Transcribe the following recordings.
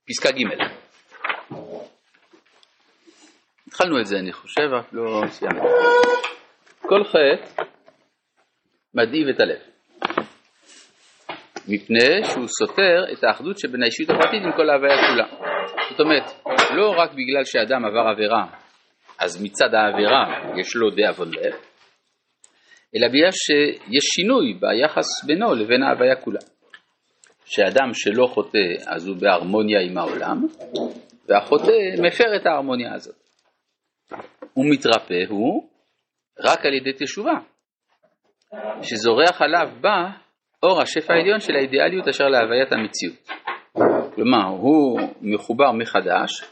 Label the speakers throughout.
Speaker 1: פסקה ג'. התחלנו את זה, אני חושב, רק לא סיימנו. כל חטא מדאיב את הלב, מפני שהוא סותר את האחדות שבין האישיות הפרטית עם כל ההוויה כולה. זאת אומרת, לא רק בגלל שאדם עבר עבירה, אז מצד העבירה יש לו דאבון לב, אלא בגלל שיש שינוי ביחס בינו לבין ההוויה כולה. שאדם שלא חוטא אז הוא בהרמוניה עם העולם, והחוטא מפר את ההרמוניה הזאת. הוא מתרפא הוא רק על ידי תשובה, שזורח עליו בה אור השפע העליון של האידיאליות אשר להוויית המציאות. כלומר, הוא מחובר מחדש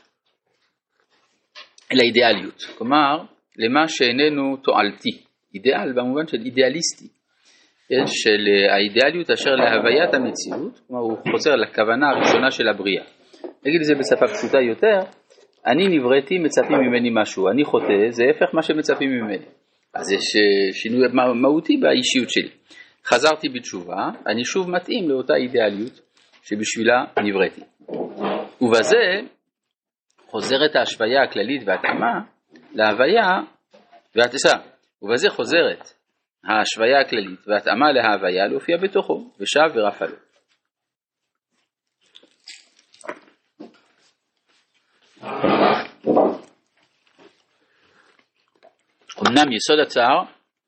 Speaker 1: אל האידיאליות, כלומר, למה שאיננו תועלתי. אידיאל במובן של אידיאליסטי, של האידיאליות אשר להוויית המציאות, כלומר, הוא חוזר לכוונה הראשונה של הבריאה. נגיד את זה בשפה פשוטה יותר, אני נבראתי, מצפים ממני משהו, אני חוטא, זה הפך מה שמצפים ממני. אז יש שינוי מהותי באישיות שלי. חזרתי בתשובה, אני שוב מתאים לאותה אידיאליות שבשבילה נבראתי. ובזה חוזרת ההשוויה הכללית והתאמה להוויה והתסה. ובזה חוזרת ההשוויה הכללית והתאמה להוויה להופיע בתוכו, ושב ורפא לו. אמנם יסוד הצער,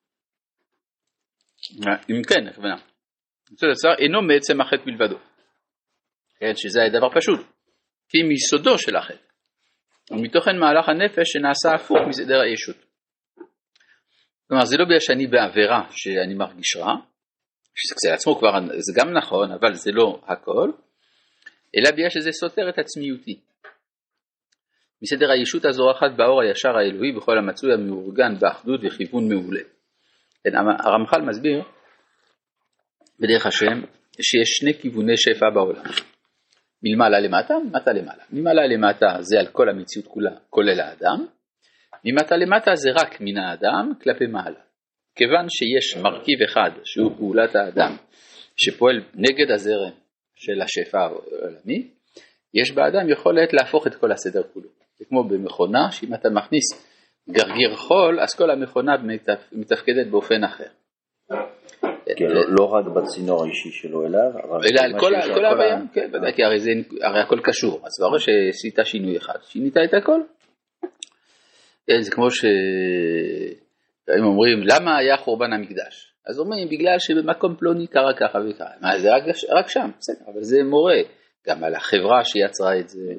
Speaker 1: אם כן, הכוונה, יסוד הצער אינו מעצם החטא בלבדו, כן, שזה הדבר פשוט, כי מיסודו של החטא, ומתוכן מהלך הנפש שנעשה הפוך מסדר הישות. כלומר, זה לא בגלל שאני בעבירה שאני מרגיש רע, שזה עצמו כבר, זה גם נכון, אבל זה לא הכל, אלא בגלל שזה סותר את עצמיותי. מסדר הישות הזורחת באור הישר האלוהי בכל המצוי המאורגן באחדות וכיוון מעולה. הרמח"ל מסביר בדרך השם שיש שני כיווני שפע בעולם. מלמעלה למטה, ממטה למעלה. ממעלה למטה זה על כל המציאות כולה, כולל האדם. ממטה למטה זה רק מן האדם כלפי מעלה. כיוון שיש מרכיב אחד שהוא פעולת האדם שפועל נגד הזרם של השפע העולמי, יש באדם יכולת להפוך את כל הסדר כולו. זה כמו במכונה, שאם אתה מכניס גרגיר חול, אז כל המכונה מתפקדת באופן אחר.
Speaker 2: כן, לא רק בצינור האישי שלו אליו,
Speaker 1: אלא על כל ההוויה, כן, ודאי, כי הרי הכל קשור. אז ברור שעשית שינוי אחד, שינית את הכל. זה כמו שהם אומרים, למה היה חורבן המקדש? אז אומרים, בגלל שבמקום פלוני קרה ככה וככה. מה, זה רק שם, בסדר, אבל זה מורה. גם על החברה שיצרה את זה.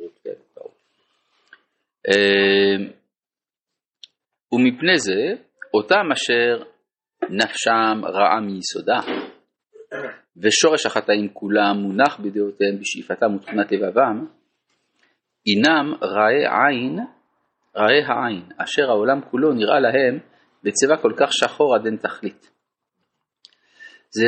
Speaker 1: ומפני זה, אותם אשר נפשם רעה מיסודה, ושורש החטאים כולם מונח בדעותיהם בשאיפתם ותכונת לבבם, אינם רעי העין, אשר העולם כולו נראה להם בצבע כל כך שחור עד אין תכלית. זה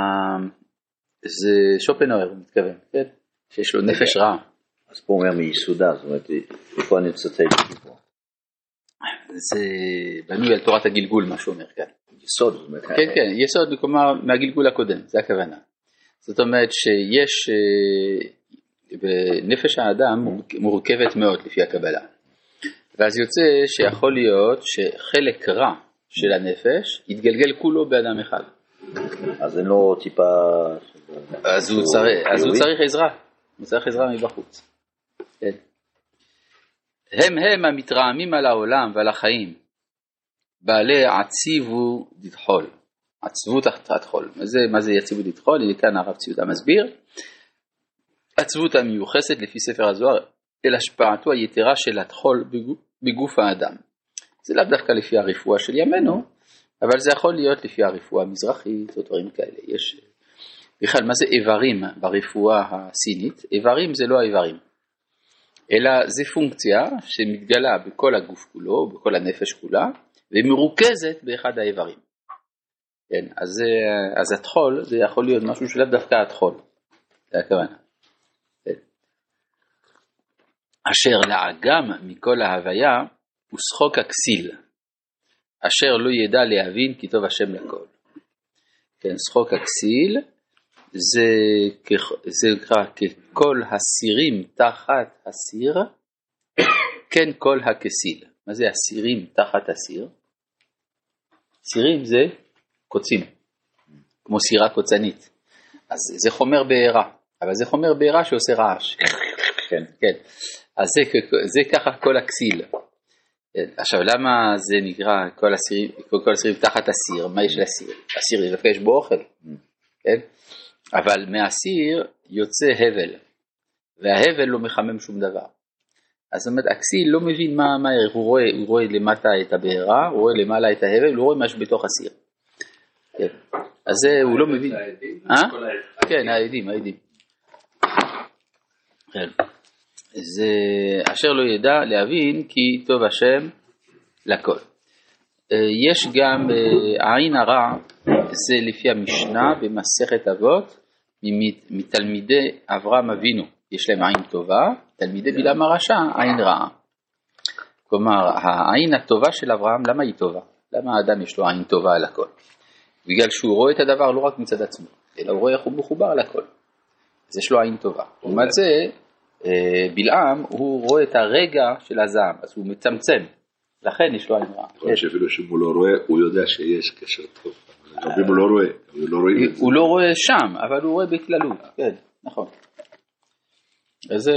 Speaker 1: שופנהאואר, הוא מתכוון, כן? שיש לו נפש רעה.
Speaker 2: אז פה אומר מיסודה, זאת אומרת, איפה אני מצטט פה?
Speaker 1: זה בנוי על תורת הגלגול, מה שהוא אומר כאן.
Speaker 2: יסוד, זאת אומרת.
Speaker 1: כן, כן, יסוד, כלומר, מהגלגול הקודם, זה הכוונה. זאת אומרת שיש, בנפש האדם מורכבת מאוד לפי הקבלה. ואז יוצא שיכול להיות שחלק רע של הנפש יתגלגל כולו באדם אחד.
Speaker 2: אז אין לו טיפה...
Speaker 1: אז הוא צריך עזרה. הוא צריך עזרה מבחוץ. כן. הם המתרעמים על העולם ועל החיים. בעלי עציבו דתחול. עצבו תחת חול. מה זה יציבו דתחול? הנה כאן הרב ציודה מסביר. עצבות המיוחסת לפי ספר הזוהר אל השפעתו היתרה של התחול בגוף האדם. זה לאו דווקא לפי הרפואה של ימינו, אבל זה יכול להיות לפי הרפואה המזרחית או דברים כאלה. יש בכלל מה זה איברים ברפואה הסינית? איברים זה לא האיברים, אלא זה פונקציה שמתגלה בכל הגוף כולו, בכל הנפש כולה, ומרוכזת באחד האיברים. כן, אז התחול זה יכול להיות משהו שלאו דווקא התחול. זה הכוונה. אשר לאגם מכל ההוויה הוא שחוק הכסיל, אשר לא ידע להבין כי טוב השם לכל. כן, שחוק הכסיל זה נקרא ככל הסירים תחת הסיר, כן כל הכסיל. מה זה הסירים תחת הסיר? סירים זה קוצים, כמו סירה קוצנית. אז זה חומר בעירה, אבל זה חומר בעירה שעושה רעש. כן, כן. אז זה ככה כל הכסיל. עכשיו למה זה נקרא כל הסירים תחת הסיר? מה יש לסיר? הסיר דווקא יש בו אוכל, כן? אבל מהסיר יוצא הבל, וההבל לא מחמם שום דבר. אז זאת אומרת, הכסיל לא מבין מה הערך, הוא רואה למטה את הבעירה, הוא רואה למעלה את ההבל, הוא רואה משהו בתוך הסיר. כן. אז זה הוא לא מבין. כן, העדים. כן. זה אשר לא ידע להבין כי טוב השם לכל. יש גם העין הרע, זה לפי המשנה במסכת אבות, מתלמידי אברהם אבינו יש להם עין טובה, תלמידי בלעם הרשע עין רעה. כלומר העין הטובה של אברהם, למה היא טובה? למה האדם יש לו עין טובה על הכל? בגלל שהוא רואה את הדבר לא רק מצד עצמו, אלא הוא רואה איך הוא מחובר על הכל, אז יש לו עין טובה. לעומת זה בלעם הוא רואה את הרגע של הזעם, אז הוא מצמצם, לכן יש לו עין רעה.
Speaker 3: יכול להיות שאפילו שהוא לא רואה, הוא יודע שיש קשר טוב. אם הוא לא רואה,
Speaker 1: הוא לא רואה שם, אבל הוא רואה בכללות. כן, נכון. וזה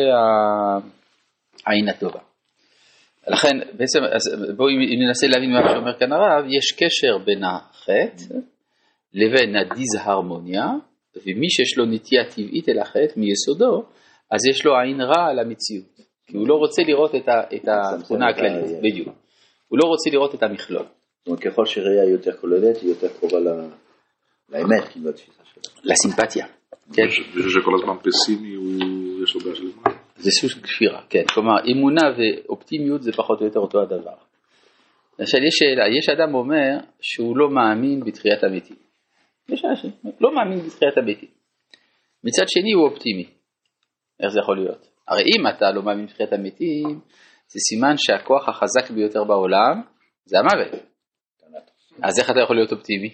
Speaker 1: העין הטובה. לכן, בעצם, בואו ננסה להבין מה שאומר כאן הרב, יש קשר בין החטא לבין הדיסהרמוניה, ומי שיש לו נטייה טבעית אל החטא מיסודו, אז יש לו עין רע על המציאות. כי הוא לא רוצה לראות את התכונה הכללית, בדיוק. הוא לא רוצה לראות את המכלול.
Speaker 2: זאת אומרת, ככל שראייה יותר כוללת, היא יותר קרובה לאמת, כאילו התפיסה שלה.
Speaker 1: לסימפתיה.
Speaker 3: מישהו שכל הזמן פסימי, יש לו בעיה של אמונה?
Speaker 1: זה סוג כפירה, כן. כלומר, אמונה ואופטימיות זה פחות או יותר אותו הדבר. עכשיו, יש שאלה, יש אדם אומר שהוא לא מאמין בתחיית המתים. יש אנשים, לא מאמין בתחיית המתים. מצד שני הוא אופטימי. איך זה יכול להיות? הרי אם אתה לא מאמין בתחיית המתים, זה סימן שהכוח החזק ביותר בעולם זה המוות. אז איך אתה יכול להיות אופטימי?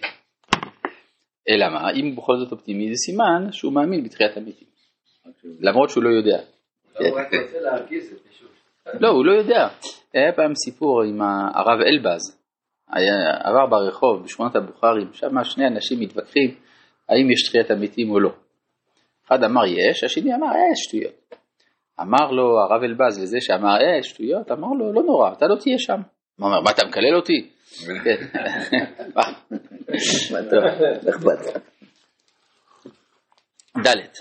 Speaker 1: אלא מה? אם בכל זאת אופטימי, זה סימן שהוא מאמין בתחיית המתים. למרות שהוא לא יודע.
Speaker 4: הוא רק רוצה להרגיז את מישהו.
Speaker 1: לא, הוא לא יודע. היה פעם סיפור עם הרב אלבז. עבר ברחוב, בשכונת הבוכרים, שם שני אנשים מתווכחים, האם יש תחיית המתים או לא. אחד אמר יש, השני אמר שטויות. אמר לו הרב אלבז לזה שאמר שטויות, אמר לו לא נורא, אתה לא תהיה שם. הוא אומר, מה אתה מקלל אותי? דלת.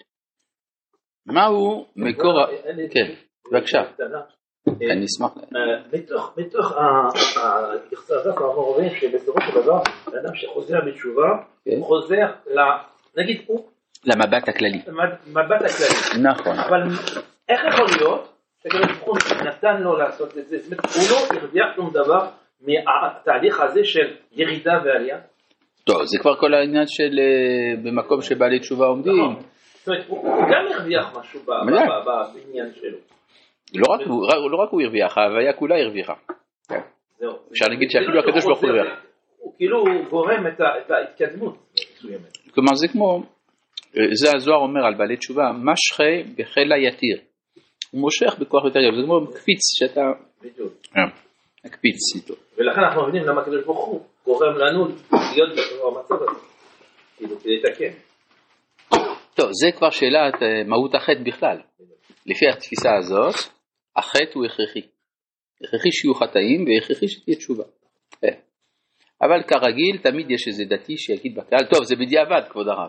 Speaker 1: מהו מקור... כן, בבקשה. אני אשמח.
Speaker 4: מתוך היחסה הזאת אנחנו רואים שבסופו של דבר, האדם שחוזר בתשובה, הוא חוזר נגיד הוא...
Speaker 1: למבט הכללי.
Speaker 4: למבט הכללי.
Speaker 1: נכון.
Speaker 4: אבל איך יכול להיות שכאילו הוא נתן לו לעשות את זה? זאת אומרת, הוא לא הרוויח שום דבר מהתהליך הזה של ירידה ועלייה?
Speaker 1: טוב, זה כבר כל העניין של במקום שבעלי תשובה עומדים.
Speaker 4: זאת אומרת, הוא גם הרוויח משהו בעניין שלו.
Speaker 1: לא רק הוא הרוויח, ההוויה כולה הרוויחה. אפשר להגיד שאפילו הקדוש ברוך הוא הרוויח.
Speaker 4: הוא כאילו גורם את ההתקדמות מסוימת.
Speaker 1: כלומר זה כמו, זה הזוהר אומר על בעלי תשובה, משכה בחילה יתיר. הוא מושך בכוח יותר גדול, זה כמו קפיץ שאתה...
Speaker 4: בדיוק.
Speaker 1: הקפיץ איתו.
Speaker 4: ולכן אנחנו מבינים למה הקדוש ברוך הוא גורם לנו להיות במצב הזה. כאילו כדי לתקן.
Speaker 1: טוב, זה כבר שאלת מהות החטא בכלל. לפי התפיסה הזאת, החטא הוא הכרחי. הכרחי שיהיו חטאים והכרחי שתהיה תשובה. אבל כרגיל, תמיד יש איזה דתי שיגיד בקהל, טוב, זה בדיעבד, כבוד הרב.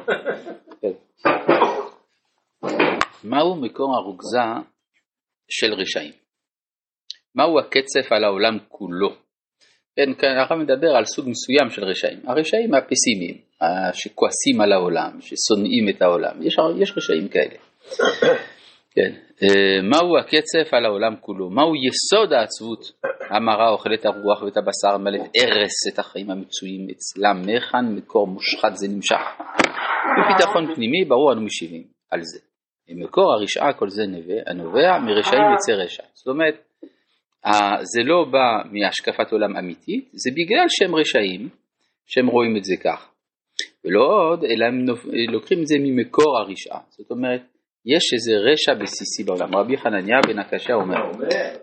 Speaker 1: מהו מקור הרוגזה של רשעים? מהו הקצף על העולם כולו? כן, כאן הרב מדבר על סוג מסוים של רשעים. הרשעים הפסימיים, שכועסים על העולם, ששונאים את העולם. יש רשעים כאלה. כן. מהו הקצף על העולם כולו? מהו יסוד העצבות? המרה אוכלת הרוח ואת הבשר, מלאת ארס את החיים המצויים אצלם, מהיכן מקור מושחת זה נמשך. בביטחון פנימי ברור אנו משיבים על זה. מקור הרשעה כל זה הנובע מרשעים יצא רשע. זאת אומרת, זה לא בא מהשקפת עולם אמיתית, זה בגלל שהם רשעים, שהם רואים את זה כך. ולא עוד, אלא הם לוקחים את זה ממקור הרשעה. זאת אומרת, יש איזה רשע בסיסי בעולם. רבי חנניה בן הקשיא אומר,